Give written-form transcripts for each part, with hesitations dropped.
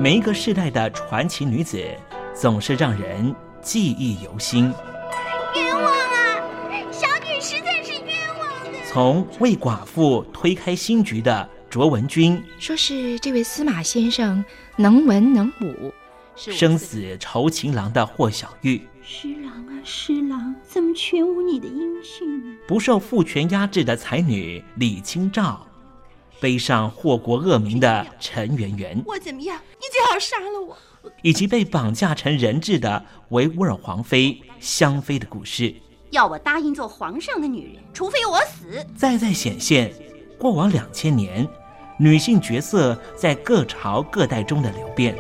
每一个世代的传奇女子，总是让人记忆犹新。 冤枉啊！小女实在是冤枉的。 从为寡妇推开新局的卓文君， 说是这位司马先生能文能武， 生死酬情郎的霍小玉， 施郎啊施郎，怎么全无你的音讯呢？ 不受父权压制的才女李清照，背上祸国恶名的陈圆圆， 我怎么样？你最好杀了我！ 以及被绑架成人质的维吾尔皇妃香妃的故事。 要我答应做皇上的女人，除非我死。 再显现过往2000年女性角色在各朝各代中的流变。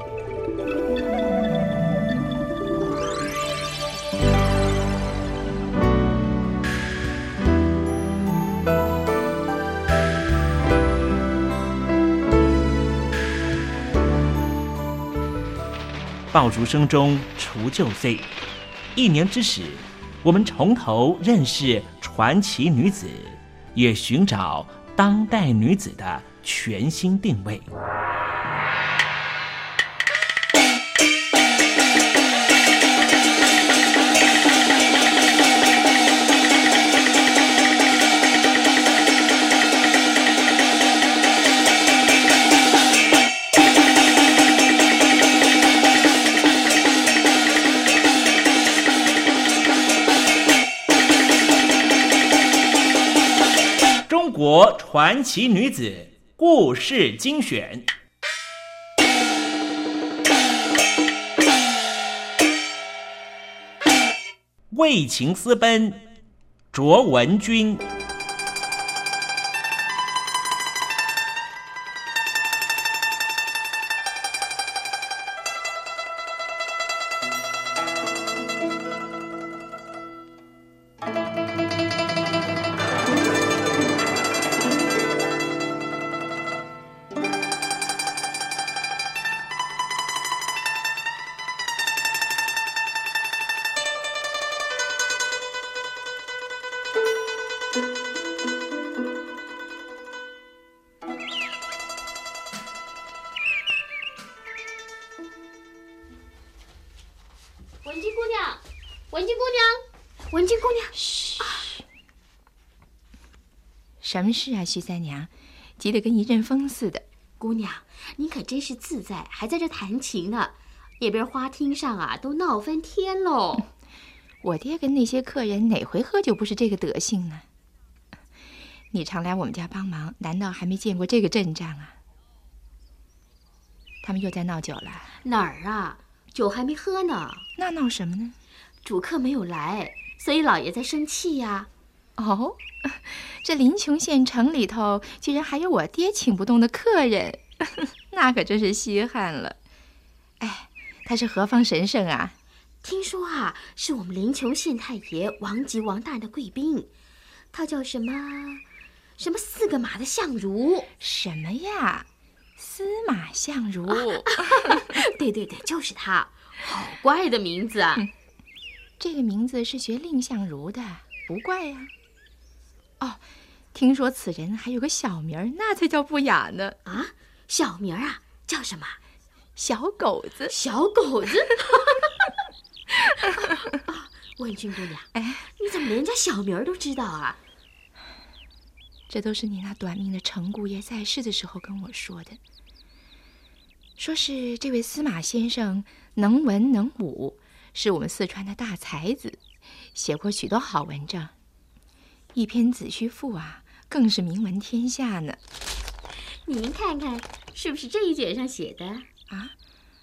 爆竹声中除旧岁，1年之始，我们从头认识传奇女子，也寻找当代女子的全新定位。中国传奇女子故事精选，为情私奔，卓文君。 文君姑娘，文君姑娘，文君姑娘， 嘘！什么事啊，徐三娘？急得跟一阵风似的。 姑娘，您可真是自在，还在这弹琴呢。那边花厅上啊，都闹翻天喽。 我爹跟那些客人哪回喝酒不是这个德行呢？你常来我们家帮忙，难道还没见过这个阵仗啊？他们又在闹酒了？ 哪儿啊？酒还没喝呢。 那闹什么呢？ 主客没有来，所以老爷在生气呀。 哦，这临邛县城里头居然还有我爹请不动的客人，那可真是稀罕了。哎，他是何方神圣啊？ 听说啊，是我们临邛县太爷王吉王大人的贵宾，他叫什么4个马的相如。 什么呀？司马相如？ 对，就是他，好怪的名字啊！ 这个名字是学蔺相如的，不怪呀。哦，听说此人还有个小名儿，那才叫不雅呢。 啊，小名啊，叫什么？ 小狗子。 小狗子？文君姑娘， 哎， 你怎么连人家小名都知道啊？ 这都是你那短命的程姑爷在世的时候跟我说的，说是这位司马先生能文能武，是我们四川的大才子，写过许多好文章，一篇《子虚赋》啊，更是名闻天下呢。 您看看，是不是这一卷上写的啊？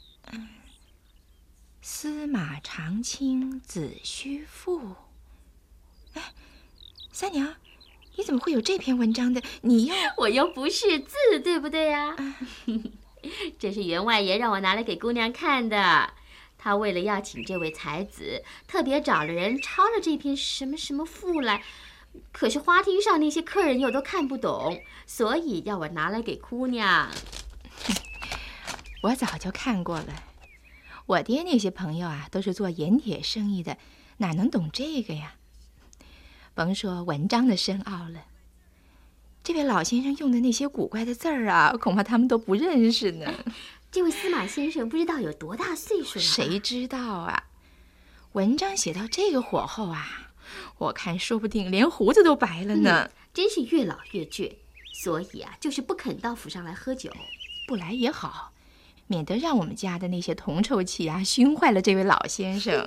司马长卿《子虚赋》。哎，三娘，你怎么会有这篇文章的？ 我又不识字，对不对呀？这是员外爷让我拿来给姑娘看的。他为了要请这位才子，特别找了人抄了这篇什么赋来，可是花厅上那些客人又都看不懂，所以要我拿来给姑娘。 我早就看过了，我爹那些朋友啊，都是做盐铁生意的，哪能懂这个呀？甭说文章的深奥了，这位老先生用的那些古怪的字儿啊，恐怕他们都不认识呢。 这位司马先生不知道有多大岁数了？ 谁知道啊？文章写到这个火候啊，我看说不定连胡子都白了呢。 真是越老越倔，所以啊，就是不肯到府上来喝酒。 不来也好，免得让我们家的那些铜臭气啊熏坏了这位老先生。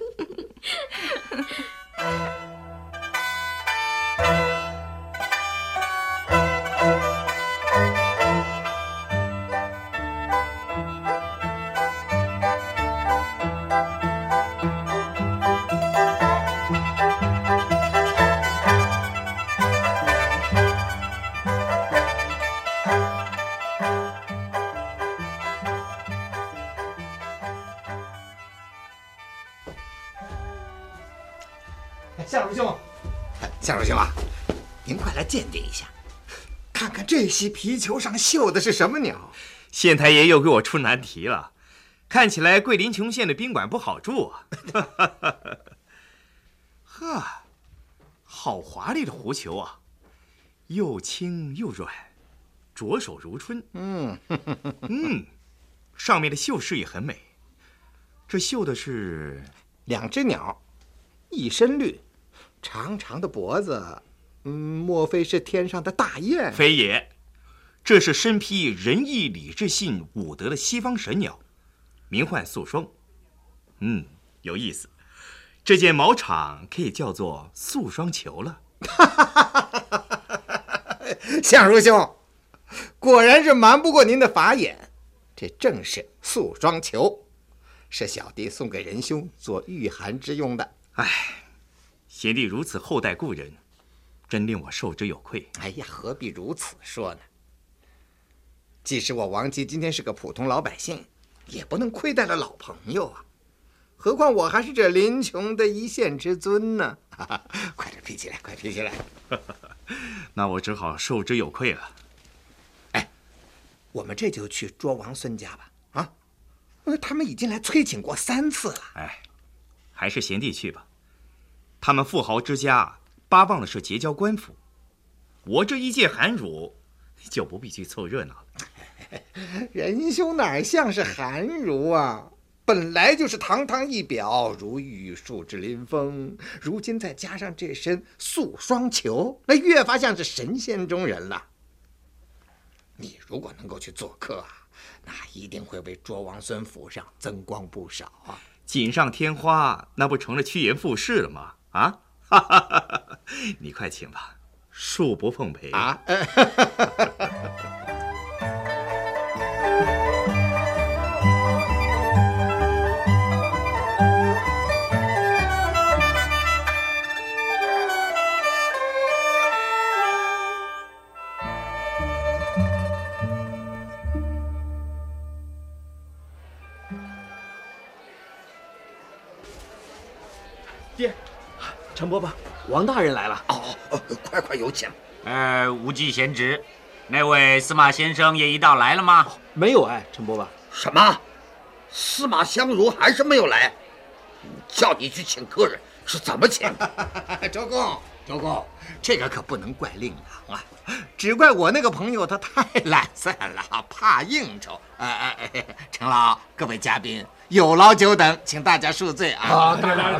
夏如兄啊，您快来鉴定一下，看看这些皮球上绣的是什么鸟。 县太爷又给我出难题了，看起来桂林琼县的宾馆不好住啊。呵，好华丽的狐球啊，又轻又软，着手如春。上面的绣饰也很美。这绣的是 2只鸟，一身绿，长长的脖子，莫非是天上的大雁？ 非也，这是身披仁义礼智信武德的西方神鸟，名唤素霜。有意思，这件毛氅可以叫做素霜球了。 相如兄，果然是瞒不过您的法眼，这正是素霜球，是小弟送给仁兄做御寒之用的。 贤弟如此厚待故人，真令我受之有愧。 哎呀，何必如此说呢？即使我王吉今天是个普通老百姓，也不能亏待了老朋友啊。何况我还是这林琼的一县之尊呢。快点披起来，快披起来。 那我只好受之有愧了。 我们这就去捉王孙家吧。他们已经来催请过3次了。 还是贤弟去吧。他们富豪之家巴望的是结交官府，我这一介寒儒就不必去凑热闹了。 仁兄哪像是寒儒啊，本来就是堂堂一表，如玉树之临风，如今再加上这身素霜裘，那越发像是神仙中人了。你如果能够去做客啊，那一定会为卓王孙府上增光不少啊。 锦上添花，那不成了趋炎附势了吗？你快请吧，恕不奉陪。 爹，陈伯伯，王大人来了。 快有请。 无忌贤侄，那位司马先生也一道来了吗？ 没有陈伯伯。 什么？司马相如还是没有来？叫你去请客人是怎么请？ 周公，这个可不能怪令郎啊，只怪我那个朋友他太懒散了，怕应酬。程老，各位嘉宾，有劳久等，请大家恕罪啊。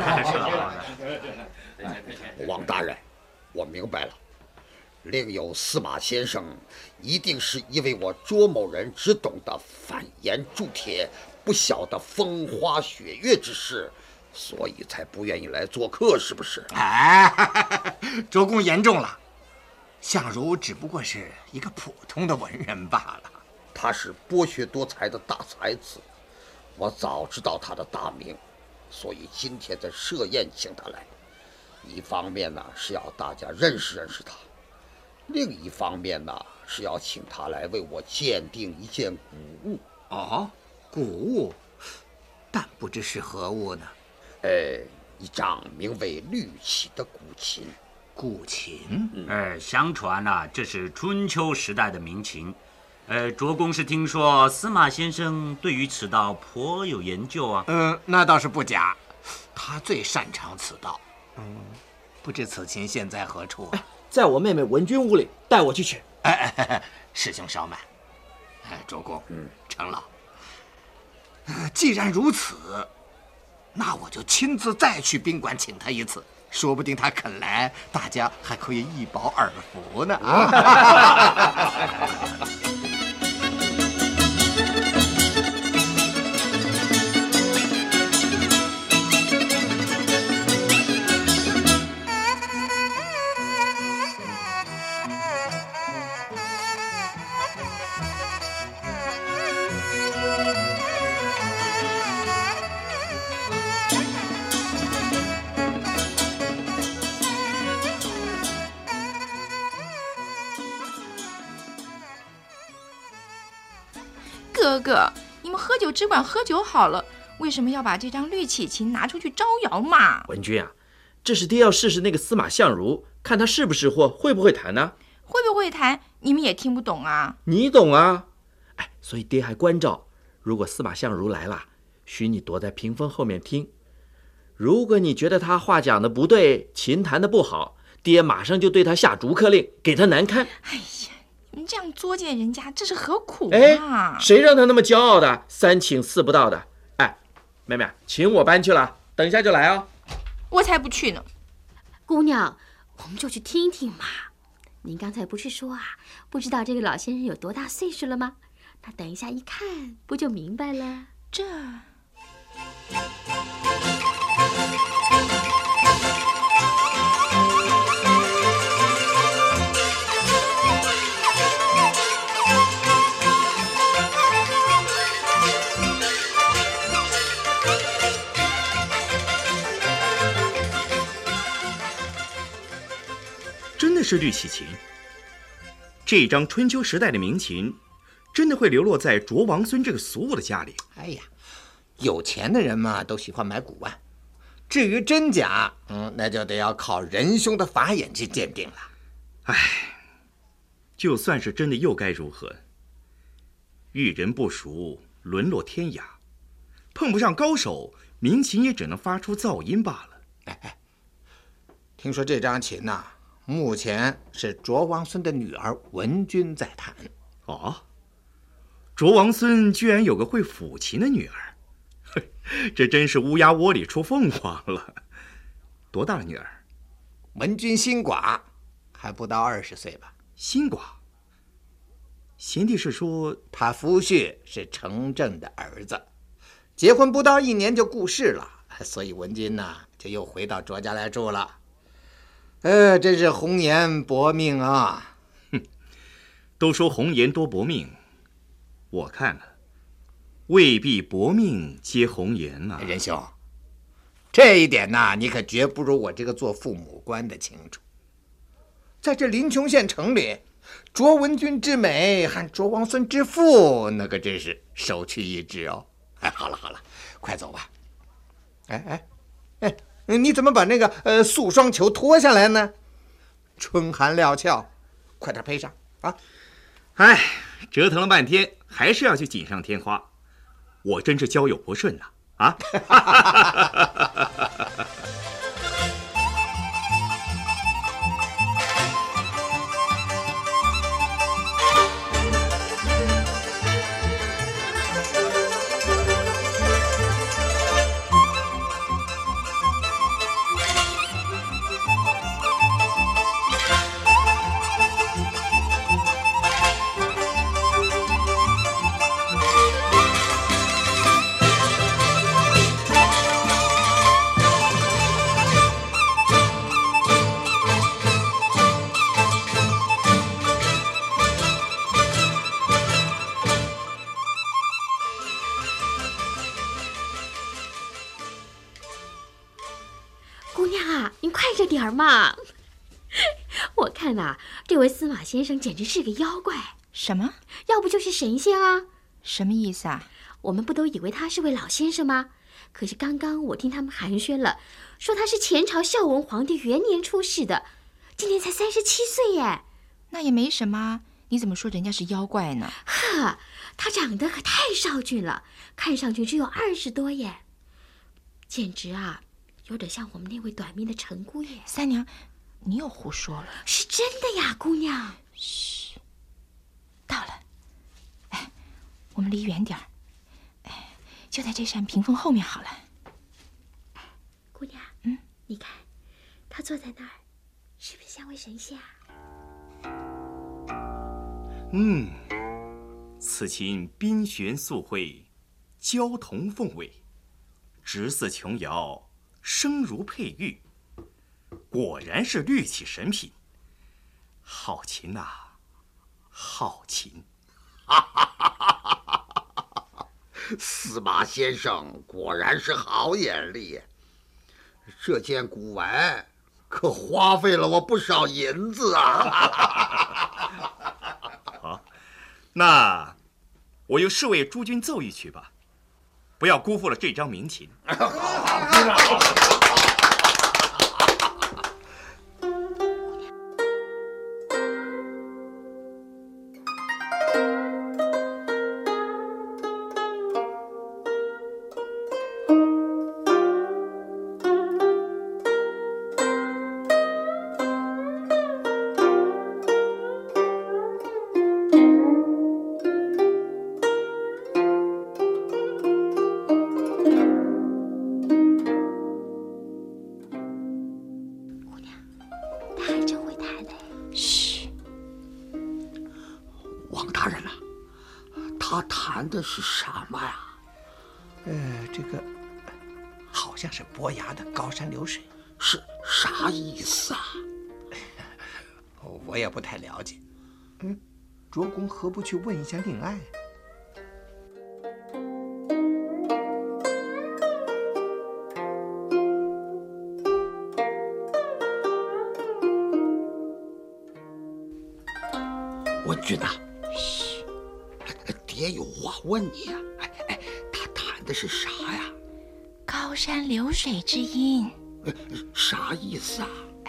王大人，我明白了，另有司马先生一定是因为我卓某人只懂得反言铸铁，不晓得风花雪月之事，所以才不愿意来做客，是不是？ 周公言重了，相如只不过是一个普通的文人罢了。 他是博学多才的大才子，我早知道他的大名，所以今天在设宴请他来。一方面呢是要大家认识认识他，另一方面呢是要请他来为我鉴定一件古物。 古物，但不知是何物呢？ 一张名为绿绮的古琴。 古琴？ 相传这是春秋时代的名琴。卓公是听说司马先生对于此道颇有研究啊。 那倒是不假，他最擅长此道。不知此琴现在何处啊？ 在我妹妹文君屋里，带我去取。 师兄稍慢。周公，程老， 既然如此，那我就亲自再去宾馆请他一次，说不定他肯来，大家还可以一饱耳福呢啊！ 哥哥，你们喝酒只管喝酒好了，为什么要把这张绿绮琴拿出去招摇嘛？ 文君啊，这是爹要试试那个司马相如，看他是不是货，会不会弹呢？ 会不会弹，你们也听不懂啊。 你懂啊。所以爹还关照，如果司马相如来了，许你躲在屏风后面听。如果你觉得他话讲的不对，琴弹的不好，爹马上就对他下逐客令，给他难堪。 哎呀，你这样作践人家，这是何苦啊？谁让他那么骄傲的，三请四不到的？妹妹，请我搬去了，等一下就来哦。 我才不去呢。 姑娘，我们就去听听嘛。您刚才不是说不知道这个老先生有多大岁数了吗？那等一下一看，不就明白了？ 这真的是绿绮琴。这张春秋时代的名琴，真的会流落在卓王孙这个俗物的家里？ 哎呀，有钱的人嘛，都喜欢买古玩。至于真假，那就得要靠仁兄的法眼去鉴定了。 就算是真的又该如何？遇人不淑，沦落天涯，碰不上高手，名琴也只能发出噪音罢了。 听说这张琴目前是卓王孙的女儿文君在弹。 卓王孙居然有个会抚琴的女儿，这真是乌鸦窝里出凤凰了。多大的女儿？ 文君新寡，还不到20岁吧。 新寡？贤弟是说他夫婿是程正的儿子，结婚不到1年就故世了，所以文君就又回到卓家来住了。真是红颜薄命啊！ 都说红颜多薄命，我看了，未必薄命皆红颜啊。 仁兄，这一点你可绝不如我这个做父母官的清楚。在这临邛县城里，卓文君之美和卓王孙之富，那可真是首屈一指哦。好了，快走吧。你怎么把那个素双球脱下来呢？春寒料峭，快点披上啊！ 折腾了半天，还是要去锦上添花，我真是交友不顺呐！ 姑娘您快着点儿嘛！我看这位司马先生简直是个妖怪。 什么？ 要不就是神仙啊？ 什么意思啊？ 我们不都以为他是位老先生吗？可是刚刚我听他们寒暄了，说他是前朝孝文皇帝元年出世的，今年才37岁耶。 那也没什么，你怎么说人家是妖怪呢？ 他长得可太少俊了，看上去只有20多耶，简直有点像我们那位短命的陈姑爷。 三娘，你又胡说了。 是真的呀，姑娘。 嘘，到了。我们离远点儿。 就在这扇屏风后面好了。 姑娘，你看，他坐在那儿，是不是像位神仙啊？ 此琴冰悬素慧，娇童凤尾，直似琼瑶，声如佩玉，果然是律器神品。好琴呐，好琴！ 司马先生果然是好眼力，这件古玩可花费了我不少银子啊！ 好，那我由侍卫诸君奏一曲吧，不要辜负了这张名琴。 是什么呀？ 这个好像是伯牙的高山流水， 是啥意思啊？ 我也不太了解。卓公何不去问一下令爱？ 文君呐，爹有话问你呀！他弹的是啥呀？ 高山流水之音。 啥意思啊？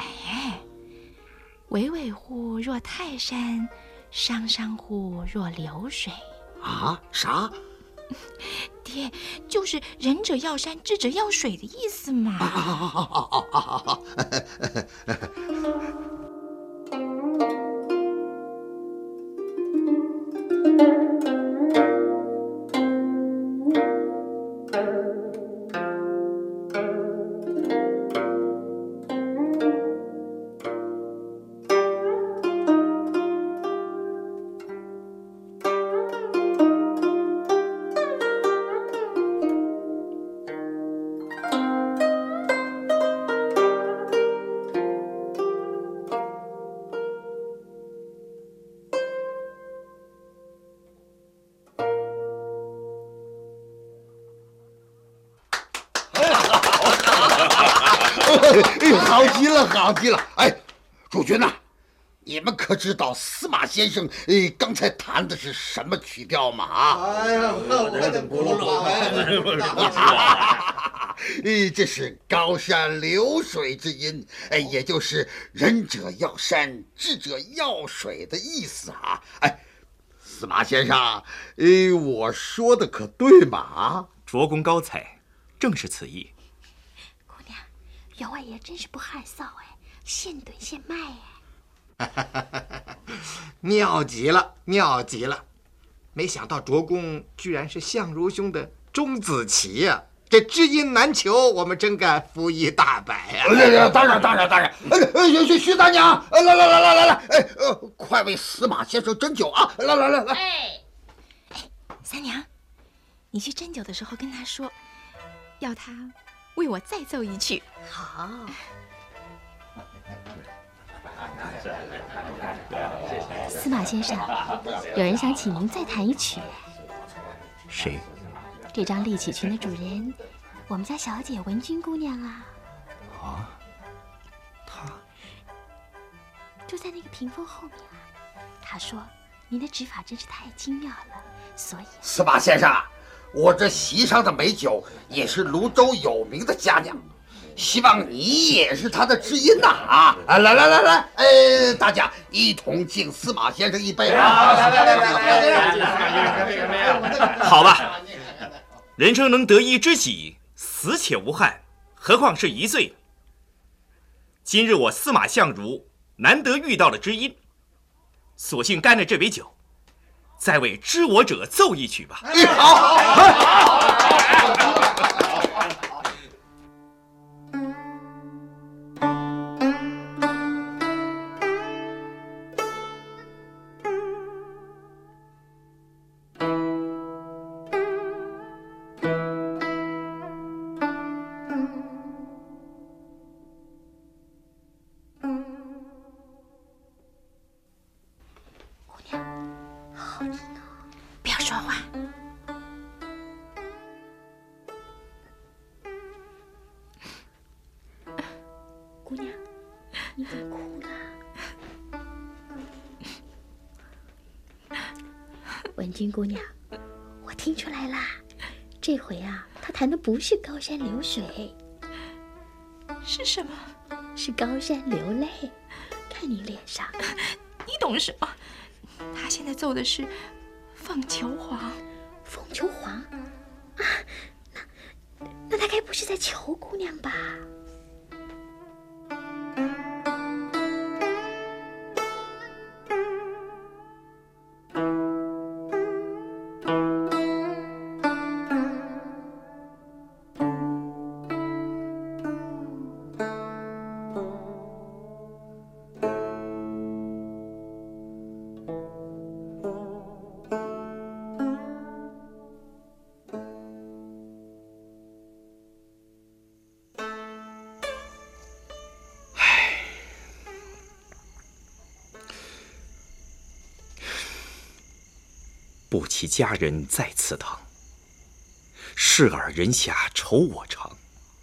巍巍乎若泰山，汤汤乎若流水。 啊？啥？ 爹，就是仁者要山，智者要水的意思嘛。 好极了，好极了！诸君呐，你们可知道司马先生刚才弹的是什么曲调吗？ 我怎么不这是高山流水之音，也就是仁者要山，智者要水的意思啊！司马先生，我说的可对吗？ 卓公高才，正是此意。 姑娘，员外爷真是不害臊现炖现卖妙极了，妙极了！没想到卓公居然是相如兄的钟子期呀！这知音难求，我们真该服一大百呀！ 当然！徐大娘，来，快为司马先生斟酒啊！来！ 三娘，你去斟酒的时候跟他说，要他为我再奏一曲。 好。司马先生，有人想请您再弹一曲。 谁？ 这张立起裙的主人，我们家小姐文君姑娘啊。 她就在那个屏风后面啊。她说您的指法真是太精妙了，所以司马先生，我这席上的美酒也是泸州有名的佳酿，希望你也是他的知音呐！来，大家一同敬司马先生一杯啊！ 好吧，人生能得一知己，死且无憾，何况是一岁？今日我司马相如难得遇到了知音，索性干了这杯酒， 再为知我者奏一曲吧。 不要说话。 姑娘，你怎么哭了？文君姑娘，我听出来啦，这回啊，他弹的不是高山流水， 是什么？ 是高山流泪。看你脸上， 你懂什么？他现在奏的是凤求凰。 凤求凰啊，那他该不是在求姑娘吧？ 不期佳人在此堂，视尔人遐愁我长。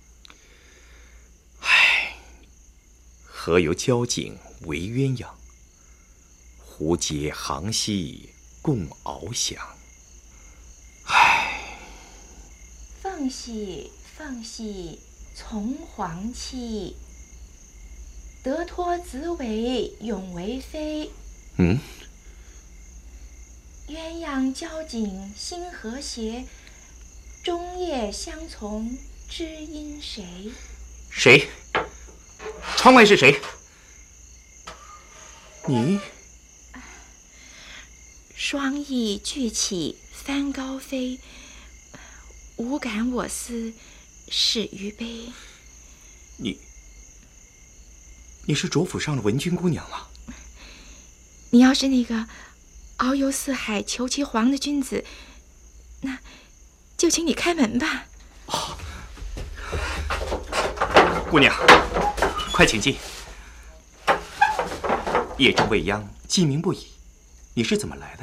唉，何由交颈为鸳鸯？胡结杭溪共翱翔。唉， 凤兮凤兮从凰栖，得脱子尾永为妃。鸳鸯交颈心和谐，终夜相从知因谁？ 谁？窗外是谁？你？ 双翼聚起翻高飞，无感我思始于悲。 你是卓府上的文君姑娘了？ 你要是那个遨游四海求其凰的君子，那就请你开门吧。 姑娘，快请进。夜正未央，鸡鸣不已，你是怎么来的？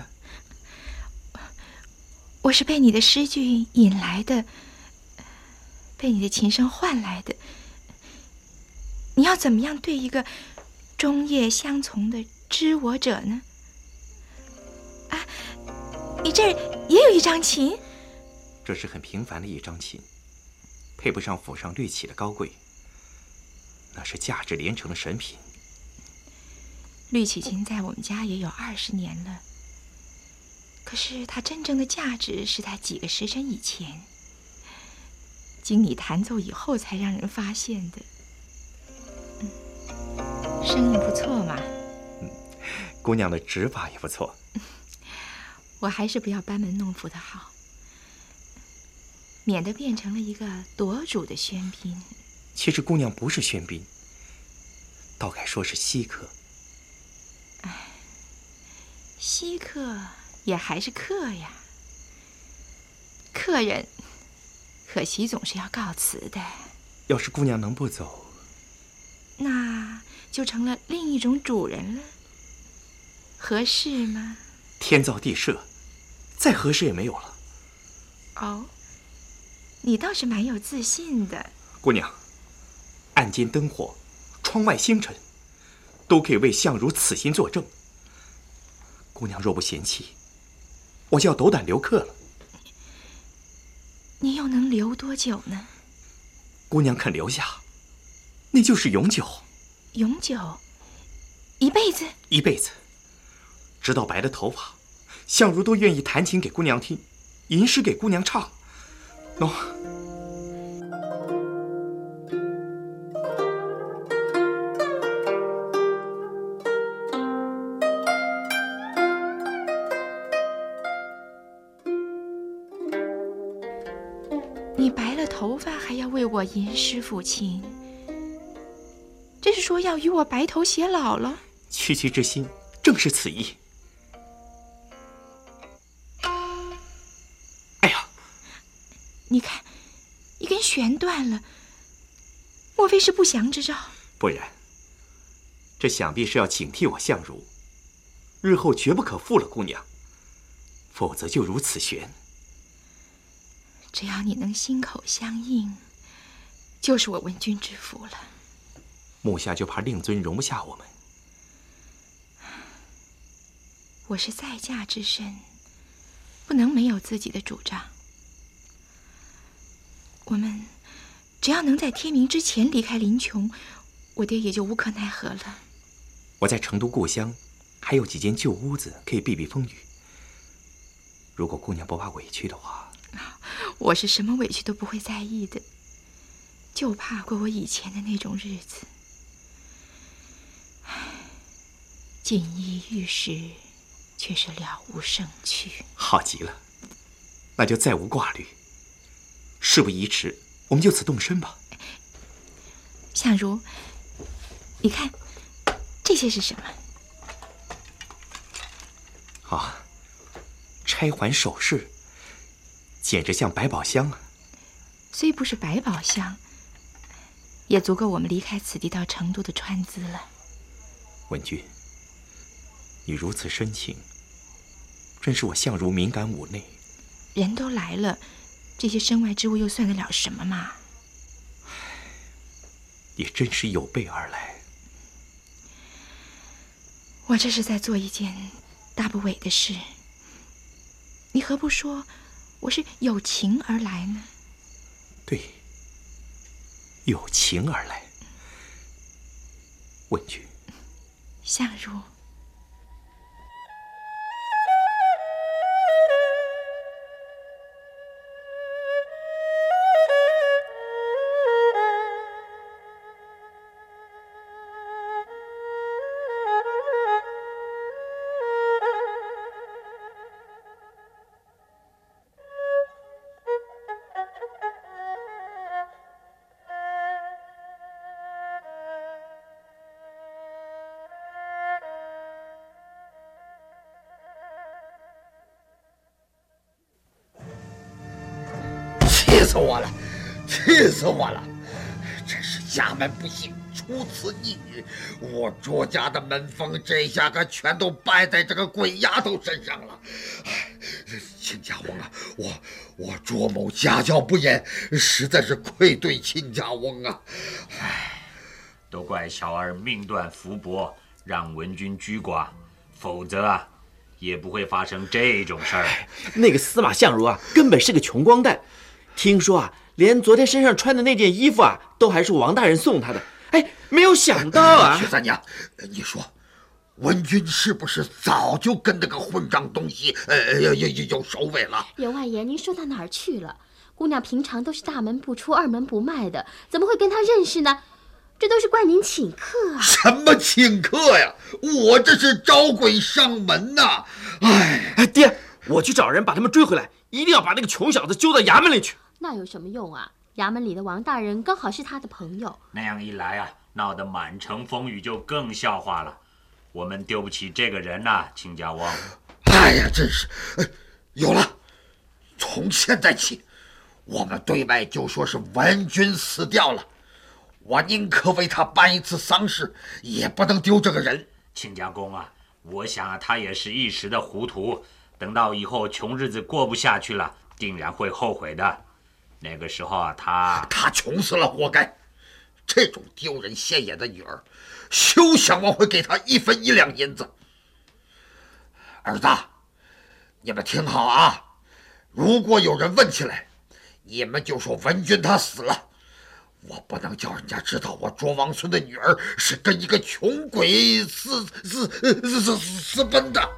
我是被你的诗句引来的，被你的琴声唤来的。你要怎么样对一个终夜相从的知我者呢？啊，你这儿也有一张琴？ 这是很平凡的一张琴，配不上府上绿绮的高贵，那是价值连城的神品。 绿绮琴在我们家也有20年了，可是它真正的价值是在几个时辰以前，经你弹奏以后才让人发现的。声音不错嘛。 姑娘的指法也不错。 我还是不要班门弄斧的好，免得变成了一个夺主的喧宾。 其实姑娘不是喧宾，倒该说是稀客。 稀客也还是客呀，客人可惜总是要告辞的。 要是姑娘能不走， 那就成了另一种主人了，合适吗？ 天造地设，再合适也没有了。 哦，你倒是蛮有自信的。 姑娘，暗间灯火，窗外星辰，都可以为相如此心作证。姑娘若不嫌弃，我就要斗胆留客了。 你又能留多久呢？ 姑娘肯留下，那就是永久。 永久？一辈子？ 一辈子，直到白了头发，相如都愿意弹琴给姑娘听，吟诗给姑娘唱。喏。 你白了头发还要为我吟诗抚琴，这是说要与我白头偕老了？ 区区之心，正是此意。哎呀， 你看，一根弦断了，莫非是不祥之兆？ 不然，这想必是要警惕我相如，日后绝不可负了姑娘，否则就如此悬。 只要你能心口相应，就是我文君之福了。 目下就怕令尊容不下我们。 我是再嫁之身，不能没有自己的主张。我们只要能在天明之前离开林琼，我爹也就无可奈何了。 我在成都故乡还有几间旧屋子可以避避风雨。如果姑娘不怕委屈的话， 我是什么委屈都不会在意的，就怕过我以前的那种日子。锦衣玉食，却是了无生趣。 好极了，那就再无挂虑。事不宜迟，我们就此动身吧。 相如，你看这些是什么？ 啊，钗环首饰，简直像百宝箱啊！ 虽不是百宝箱，也足够我们离开此地到成都的川资了。 文君，你如此深情，真是我相如敏感妩内。 人都来了，这些身外之物又算得了什么嘛？ 也真是有备而来。 我这是在做一件大不韪的事，你何不说我是有情而来呢？ 对，有情而来。文君， 相如， 气死我了！气死我了！真是家门不幸，出此逆女。我卓家的门风，这下可全都败在这个鬼丫头身上了。亲家翁啊，我卓某家教不严，实在是愧对亲家翁啊。 都怪小儿命断福薄，让文君居寡，否则啊，也不会发生这种事儿。 那个司马相如啊，根本是个穷光蛋。听说啊，连昨天身上穿的那件衣服啊，都还是王大人送他的。哎，没有想到啊！ 薛三娘，你说，文君是不是早就跟那个混账东西有首尾了？ 员外爷，您说到哪儿去了？姑娘平常都是大门不出二门不迈的，怎么会跟他认识呢？这都是怪您请客啊！ 什么请客呀？我这是招鬼上门呐！ 哎，爹，我去找人把他们追回来，一定要把那个穷小子揪到衙门里去。 那有什么用啊？衙门里的王大人刚好是他的朋友， 那样一来啊，闹得满城风雨，就更笑话了。我们丢不起这个人呐，亲家翁。 哎呀，真是，有了！从现在起，我们对外就说是文君死掉了。我宁可为他办一次丧事，也不能丢这个人。 亲家公啊，我想啊，他也是一时的糊涂，等到以后穷日子过不下去了，定然会后悔的。那个时候啊，他穷死了，活该！这种丢人现眼的女儿，休想往回给她1分1两银子。儿子，你们听好啊！如果有人问起来，你们就说文君她死了。我不能叫人家知道我卓王孙的女儿是跟一个穷鬼私奔的。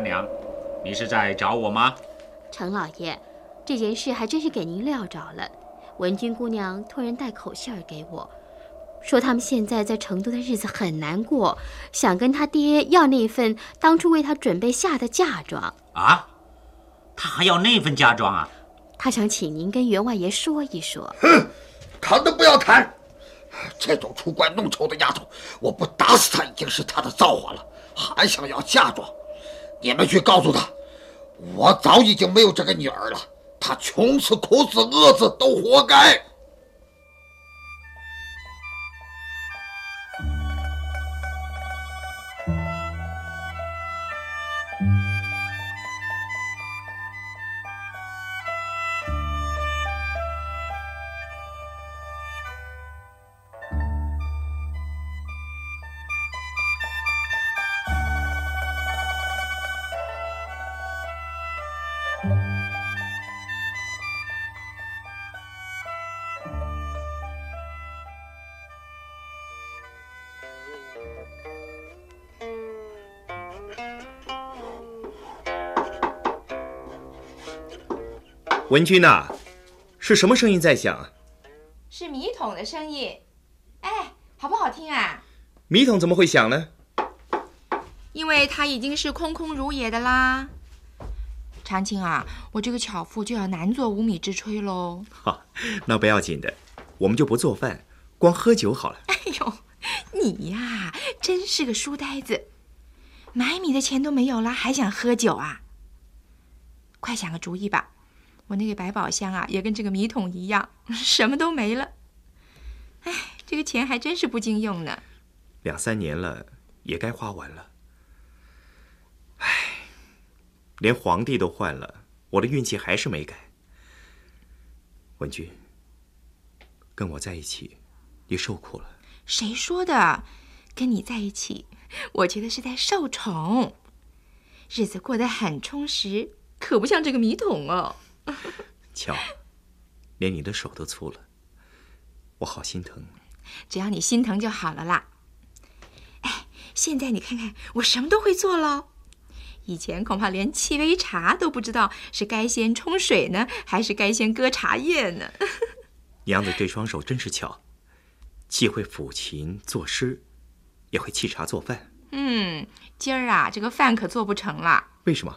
三娘，你是在找我吗？ 程老爷，这件事还真是给您料着了。文君姑娘突然带口信儿给我，说他们现在在成都的日子很难过，想跟他爹要那份当初为他准备下的嫁妆。 啊？他还要那份嫁妆啊？ 他想请您跟员外爷说一说。 哼，谈都不要谈！这种出怪弄丑的丫头，我不打死她已经是她的造化了，还想要嫁妆？你们去告诉她，我早已经没有这个女儿了，她穷死、苦死、饿死都活该。 文君呐，是什么声音在响啊？ 是米桶的声音。哎，好不好听啊？ 米桶怎么会响呢？ 因为它已经是空空如也的啦。长青啊，我这个巧妇就要难做无米之炊喽。 好，那不要紧的，我们就不做饭，光喝酒好了。 哎呦，你呀，真是个书呆子，买米的钱都没有了，还想喝酒啊？快想个主意吧。我那个百宝箱啊，也跟这个米桶一样，什么都没了。哎，这个钱还真是不经用呢。 2、3年了，也该花完了。哎，连皇帝都换了，我的运气还是没改。文君，跟我在一起，你受苦了。 谁说的？跟你在一起，我觉得是在受宠，日子过得很充实，可不像这个米桶哦。 瞧，连你的手都粗了，我好心疼。 只要你心疼就好了啦。哎，现在你看看，我什么都会做喽。以前恐怕连沏杯茶都不知道是该先冲水呢，还是该先搁茶叶呢。 娘子这双手真是巧，既会抚琴作诗，也会沏茶做饭。 今儿啊，这个饭可做不成了。 为什么？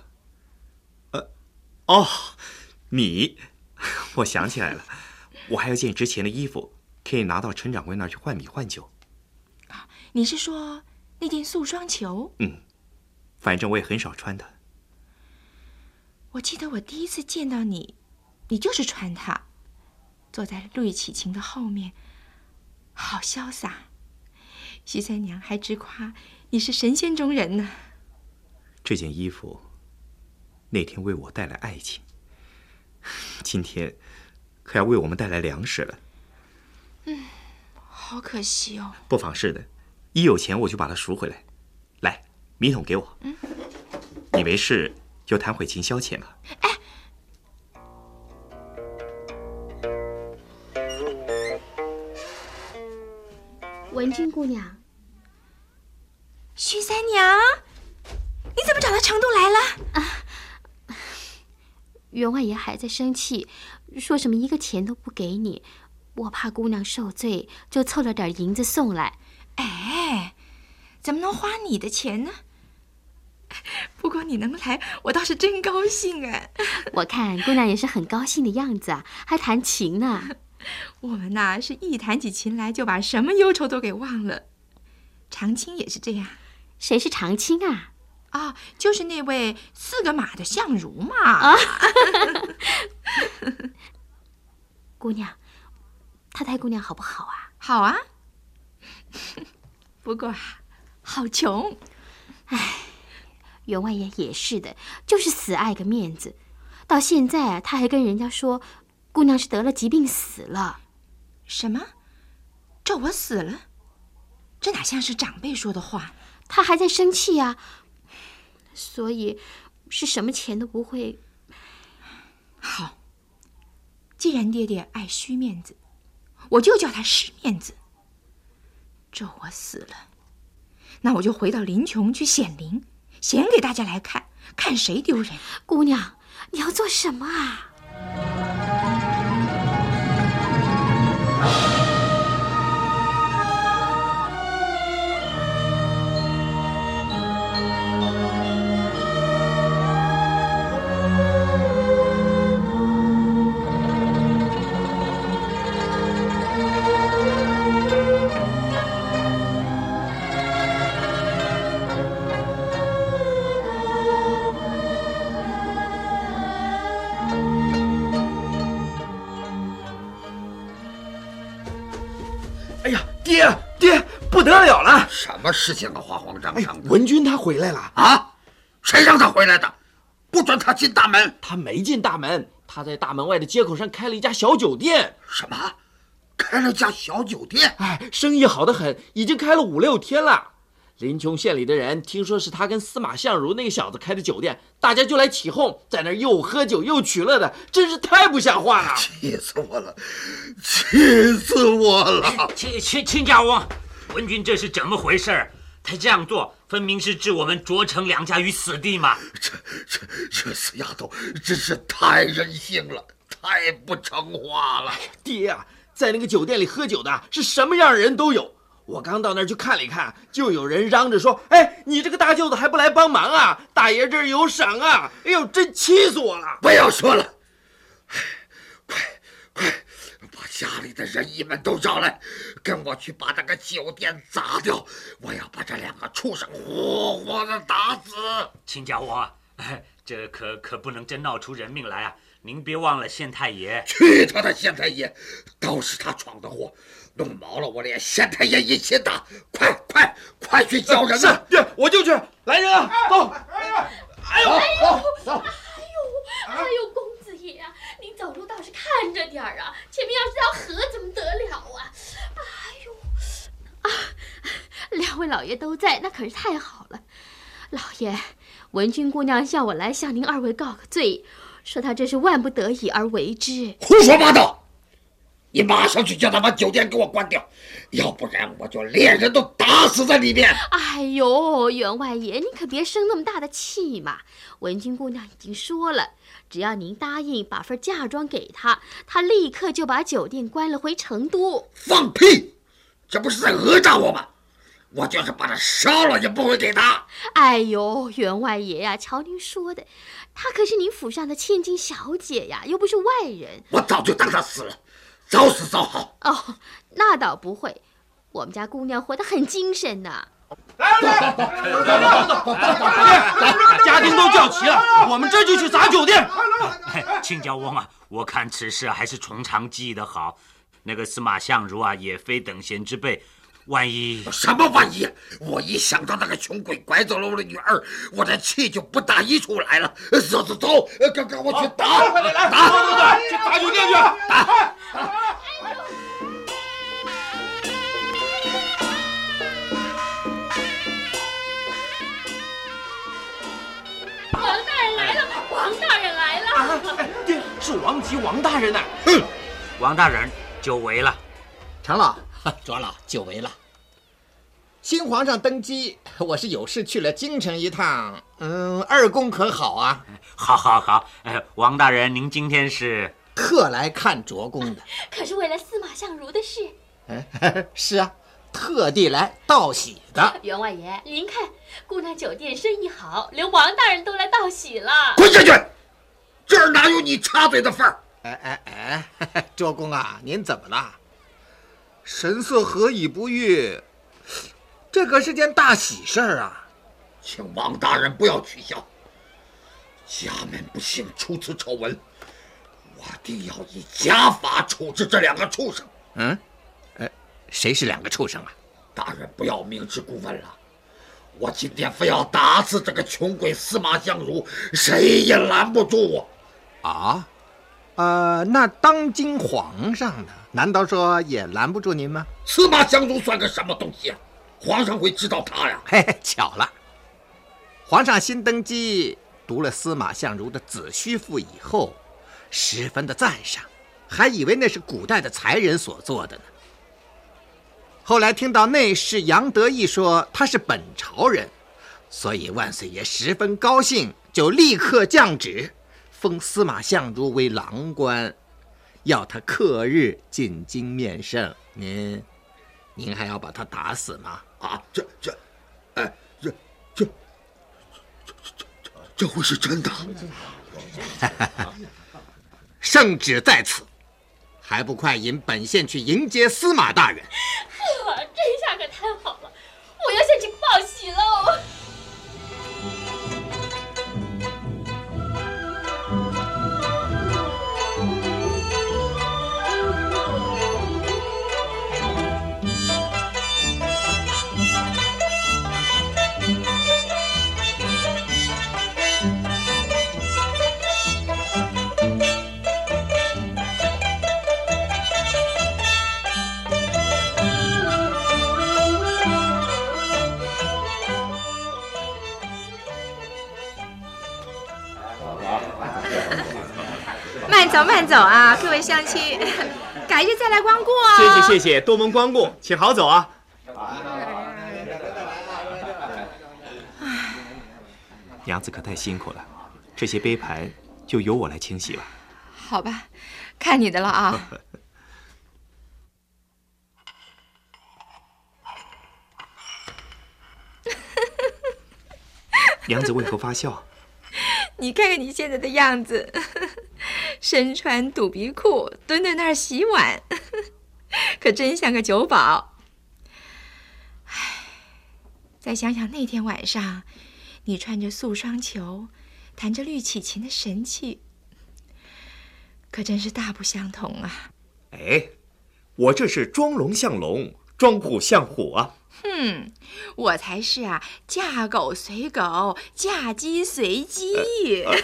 哦，你，我想起来了，我还有件值钱的衣服，可以拿到陈掌柜那儿去换米换酒。 你是说那件素双球？ 反正我也很少穿它。 我记得我第一次见到你，你就是穿它，坐在绿绮琴的后面，好潇洒。徐三娘还直夸你是神仙中人呢。 这件衣服那天为我带来爱情，今天可要为我们带来粮食了。 好可惜哦。 不妨事的，一有钱我就把它赎回来。来，米桶给我。你没事就弹会琴消遣吧。 文君姑娘， 徐三娘，你怎么找到成都来了？ 员外爷还在生气，说什么一个钱都不给你，我怕姑娘受罪，就凑了点银子送来。 哎，怎么能花你的钱呢？不过你能来，我倒是真高兴啊。 我看姑娘也是很高兴的样子啊，还弹琴呢。 我们呐，是一弹起琴来就把什么忧愁都给忘了。长青也是这样。 谁是长青啊？ 就是那位4个马的相如嘛。 姑娘，太太姑娘好不好啊？ 好啊。不过好穷。 员外爷也是的，就是死爱个面子。到现在他还跟人家说姑娘是得了疾病死了。 什么？咒我死了？这哪像是长辈说的话？ 他还在生气啊，所以是什么钱都不会。 好，既然爹爹爱虚面子，我就叫他实面子。咒我死了，那我就回到林琼去显灵，显给大家来看， 看谁丢人。 姑娘，你要做什么啊？ 哎呀，爹，不得了了！ 什么事情啊？慌慌张张的。 文君他回来了啊？谁让他回来的？不准他进大门！ 他没进大门，他在大门外的街口上开了一家小酒店。 什么？开了家小酒店？ 生意好得很，已经开了5、6天了。临邛县里的人听说是他跟司马相如那个小子开的酒店，大家就来起哄，在那儿又喝酒又取乐的，真是太不像话了！ 气死我了，气死我了！ 亲家翁，文君这是怎么回事？他这样做，分明是置我们卓成两家于死地嘛！ 这死丫头真是太任性了，太不成话了！ 爹啊，在那个酒店里喝酒的是什么样的人都有。我刚到那儿去看了一看，就有人嚷着说：“哎，你这个大舅子还不来帮忙啊？大爷这儿有赏啊！”哎呦，真气死我了！ 不要说了，快，把家里的人役们都找来，跟我去把那个酒店砸掉！我要把这2个畜生活活的打死！ 亲家翁啊，这可不能真闹出人命来啊！您别忘了县太爷。 去他的县太爷，都是他闯的祸。弄毛了，我连县太爷一起打！快去叫人呐！ 对，我就去。来人啊，走！ 哎呦，公子爷啊，您走路倒是看着点啊！前面要是条河，怎么得了啊？2位老爷都在，那可是太好了。老爷，文君姑娘叫我来向您2位告个罪，说她这是万不得已而为之。 胡说八道！你马上去叫他把酒店给我关掉，要不然我就连人都打死在里面。 哎呦，员外爷，你可别生那么大的气嘛！文君姑娘已经说了，只要您答应把份嫁妆给她，她立刻就把酒店关了回成都。 放屁！这不是在讹诈我吗？我就是把她烧了也不会给她。 哎呦，员外爷呀，瞧您说的，她可是您府上的千金小姐呀，又不是外人。 我早就当她死了。早死早好。 哦，那倒不会，我们家姑娘活得很精神呢。 来，家丁都叫齐了，我们这就去砸酒店。 亲家翁啊，我看此事还是从长计议的好。那个司马相如啊，也非等闲之辈，万一…… 什么万一？我一想到那个穷鬼拐走了我的女儿，我的气就不打一处来了。走，跟我去打！ 快点来，打！去砸酒店去！打！ 王大人来了！ 爹，是王吉王大人呢。 哼， 王大人久违了。 成了， 卓老久违了。 新皇上登基，我是有事去了京城一趟。二公可好啊？ 好。王大人，您今天是特来看卓公的？ 可是为了司马相如的事。 是啊，特地来道喜的。 员外爷，您看，姑娘酒店生意好，连王大人都来道喜了。 滚下去！这儿哪有你插嘴的份儿？ 卓公啊，您怎么了？神色何以不悦？这可是件大喜事儿啊！ 请王大人不要取笑。家门不幸出此丑闻，我定要以家法处置这2个畜生。 谁是2个畜生啊？ 大人不要明知故问了。我今天非要打死这个穷鬼司马相如，谁也拦不住我。 啊？那当今皇上呢？难道说也拦不住您吗？ 司马相如算个什么东西啊？皇上会知道他呀？ 巧了，皇上新登基，读了司马相如的《子虚赋》以后，十分的赞赏，还以为那是古代的才人所做的呢。后来听到内侍杨得意说他是本朝人，所以万岁爷十分高兴， 就立刻降旨，封司马相如为郎官，要他刻日进京面圣。您还要把他打死吗？ 啊，这会是真的？ 圣旨在此，还不快引本县去迎接司马大人？ 这下可太好了，我要先去报喜喽。 慢走啊，各位乡亲，改日再来光顾哦。 谢谢，多蒙光顾，请好走啊。娘子可太辛苦了，这些杯盘就由我来清洗了。 好吧，看你的了啊。 娘子为何发笑？ 你看看你现在的样子，身穿肚皮裤，蹲在那儿洗碗，可真像个酒保。唉，再想想那天晚上，你穿着素双裘，弹着绿绮琴的神气，可真是大不相同啊！ 哎，我这是装龙像龙，装虎像虎啊！ 我才是啊，嫁狗随狗，嫁鸡随鸡。 文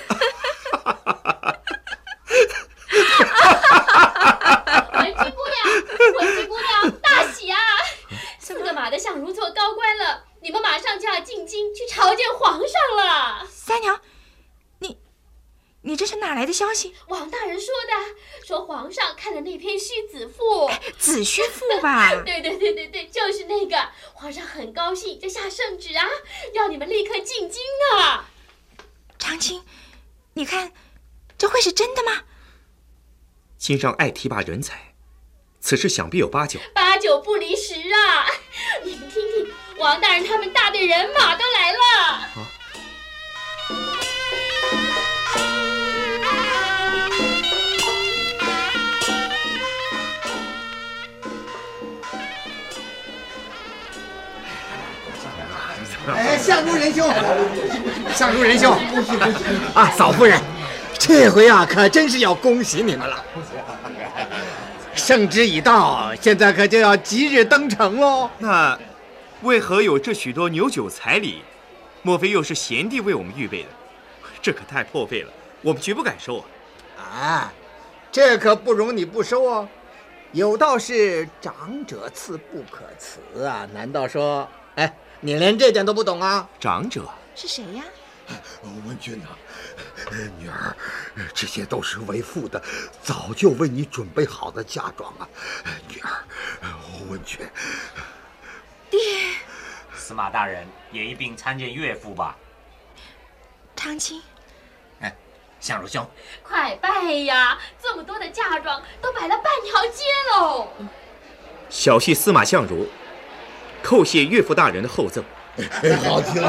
姬姑娘，大喜啊！四个马的相如做高官了，你们马上就要进京去朝见皇上了。 三娘，你这是哪来的消息？ 王大人说的，说皇上看了那篇虚子赋。 子虚赋吧？ 对，就是那个。皇上很高兴，就下圣旨啊，要你们立刻进京呢。 长青，你看，这会是真的吗？ 京上爱提拔人才，此事想必有八九。 八九不离十啊！你们听听，王大人他们大队人马都来了。 哎，相如仁兄，啊，嫂夫人，这回啊，可真是要恭喜你们了。圣旨已到，现在可就要即日登城喽。 那为何有这许多牛酒彩礼？莫非又是贤弟为我们预备的？这可太破费了，我们绝不敢收啊！ 啊，这可不容你不收哦。有道是长者赐不可辞啊，难道说，哎，你连这点都不懂啊？ 长者是谁呀？ 文君呐，女儿，这些都是为父的早就为你准备好的嫁妆啊。女儿，文君， 爹， 司马大人也一并参见岳父吧。 长青， 相如兄， 快拜呀！这么多的嫁妆都摆了半条街喽。 小婿司马相如叩谢岳父大人的厚赠。 好听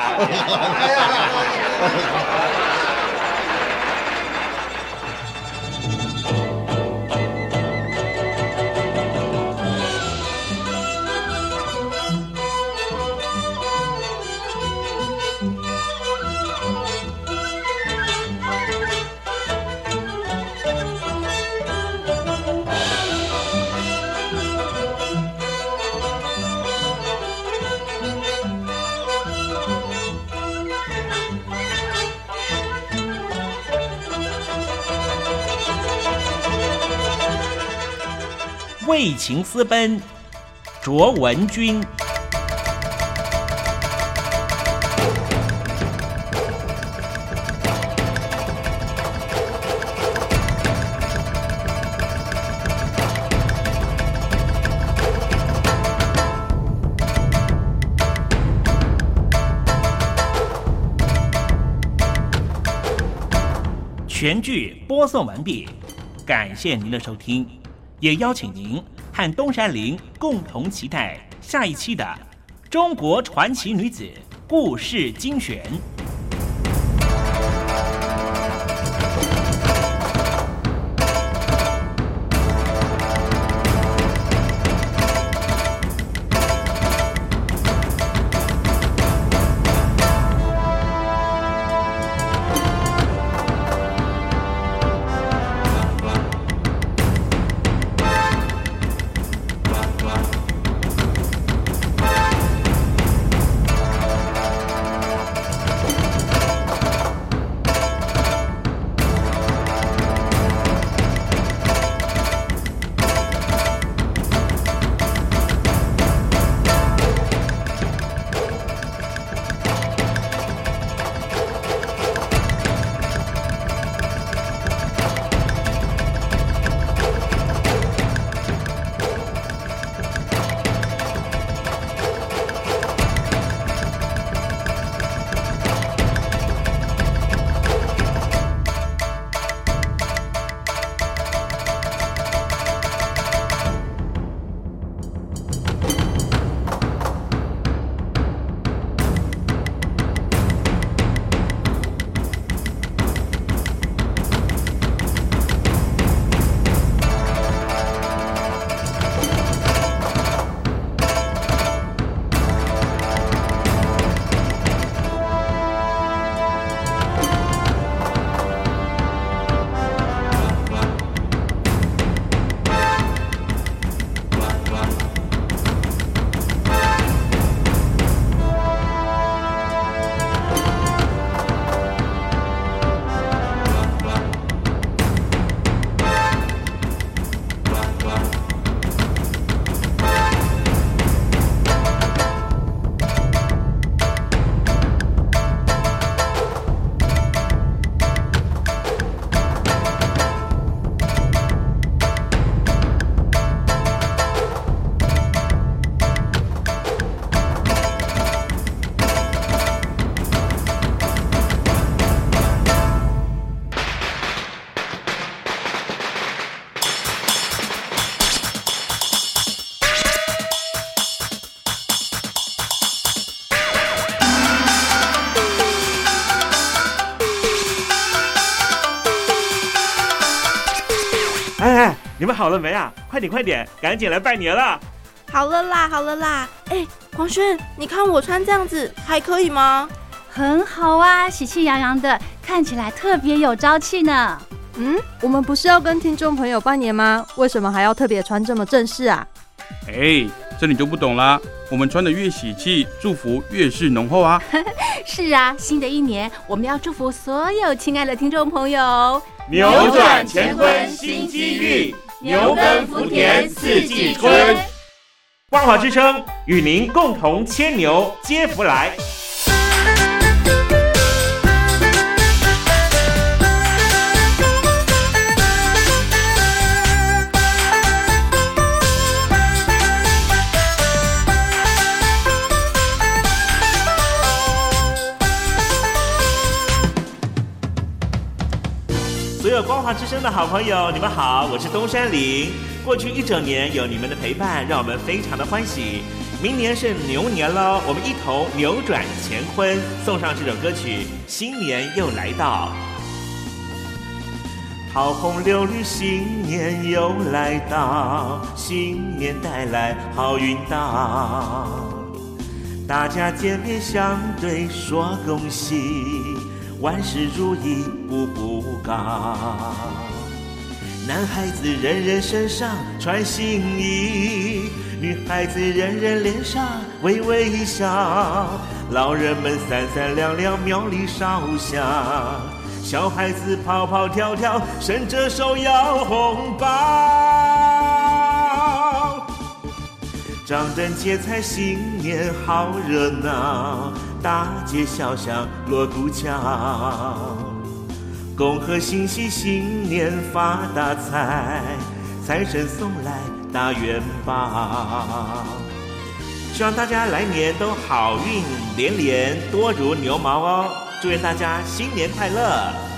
为情私奔，卓文君。 全剧播送完毕，感谢您的收听，也邀请您和东山林共同期待下一期的《中国传奇女子故事精选》。 你们好了没啊？快点，赶紧来拜年了！ 好了啦！哎，黄轩，你看我穿这样子还可以吗？ 很好啊，喜气洋洋的，看起来特别有朝气呢。 我们不是要跟听众朋友拜年吗？为什么还要特别穿这么正式啊？ 这你就不懂啦。我们穿得越喜气，祝福越是浓厚啊。 是啊，新的一年我们要祝福所有亲爱的听众朋友， 扭转乾坤新机遇，牛耕福田四季春。万华之声与您共同牵牛接福来。所有光华之声的好朋友，你们好，我是东山林。过去一整年有你们的陪伴，让我们非常的欢喜。明年是牛年了，我们一同扭转乾坤，送上这首歌曲《新年又来到》。桃红柳绿，新年又来到，新年带来好运到，大家见面相对说恭喜，万事如意，步步高。男孩子人人身上穿新衣，女孩子人人脸上微微一笑，老人们三三两两庙里烧香，小孩子跑跑跳跳伸着手要红包。张灯结彩新年好热闹，大街小巷锣鼓敲，恭贺新禧新年发大财，财神送来大元宝。希望大家来年都好运连连，多如牛毛哦！祝愿大家新年快乐！